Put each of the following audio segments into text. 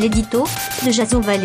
l'édito de Jason Vallée.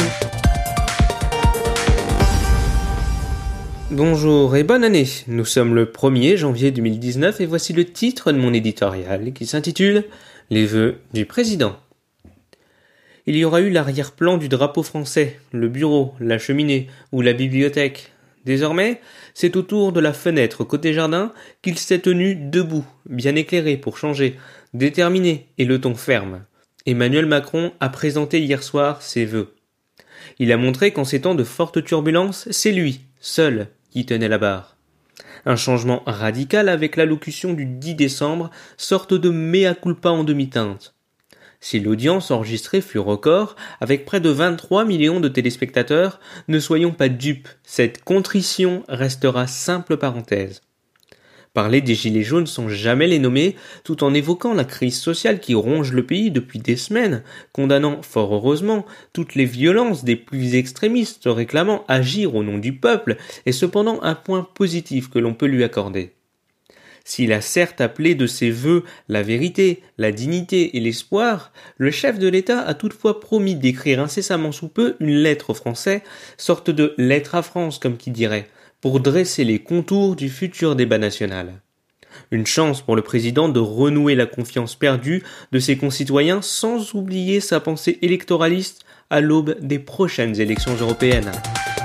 Bonjour et bonne année, nous sommes le 1er janvier 2019 et voici le titre de mon éditorial qui s'intitule « Les vœux du président ». Il y aura eu l'arrière-plan du drapeau français, le bureau, la cheminée ou la bibliothèque. Désormais, c'est autour de la fenêtre côté jardin qu'il s'est tenu debout, bien éclairé pour changer, déterminé et le ton ferme. Emmanuel Macron a présenté hier soir ses vœux. Il a montré qu'en ces temps de fortes turbulences, c'est lui, seul, qui tenait la barre. Un changement radical avec l'allocution du 10 décembre, sorte de mea culpa en demi-teinte. Si l'audience enregistrée fut record, avec près de 23 millions de téléspectateurs, ne soyons pas dupes, cette contrition restera simple parenthèse. Parler des gilets jaunes sans jamais les nommer, tout en évoquant la crise sociale qui ronge le pays depuis des semaines, condamnant fort heureusement toutes les violences des plus extrémistes réclamant agir au nom du peuple, est cependant un point positif que l'on peut lui accorder. S'il a certes appelé de ses vœux la vérité, la dignité et l'espoir, le chef de l'État a toutefois promis d'écrire incessamment sous peu une lettre aux Français, sorte de lettre à France comme qui dirait, pour dresser les contours du futur débat national. Une chance pour le président de renouer la confiance perdue de ses concitoyens sans oublier sa pensée électoraliste à l'aube des prochaines élections européennes.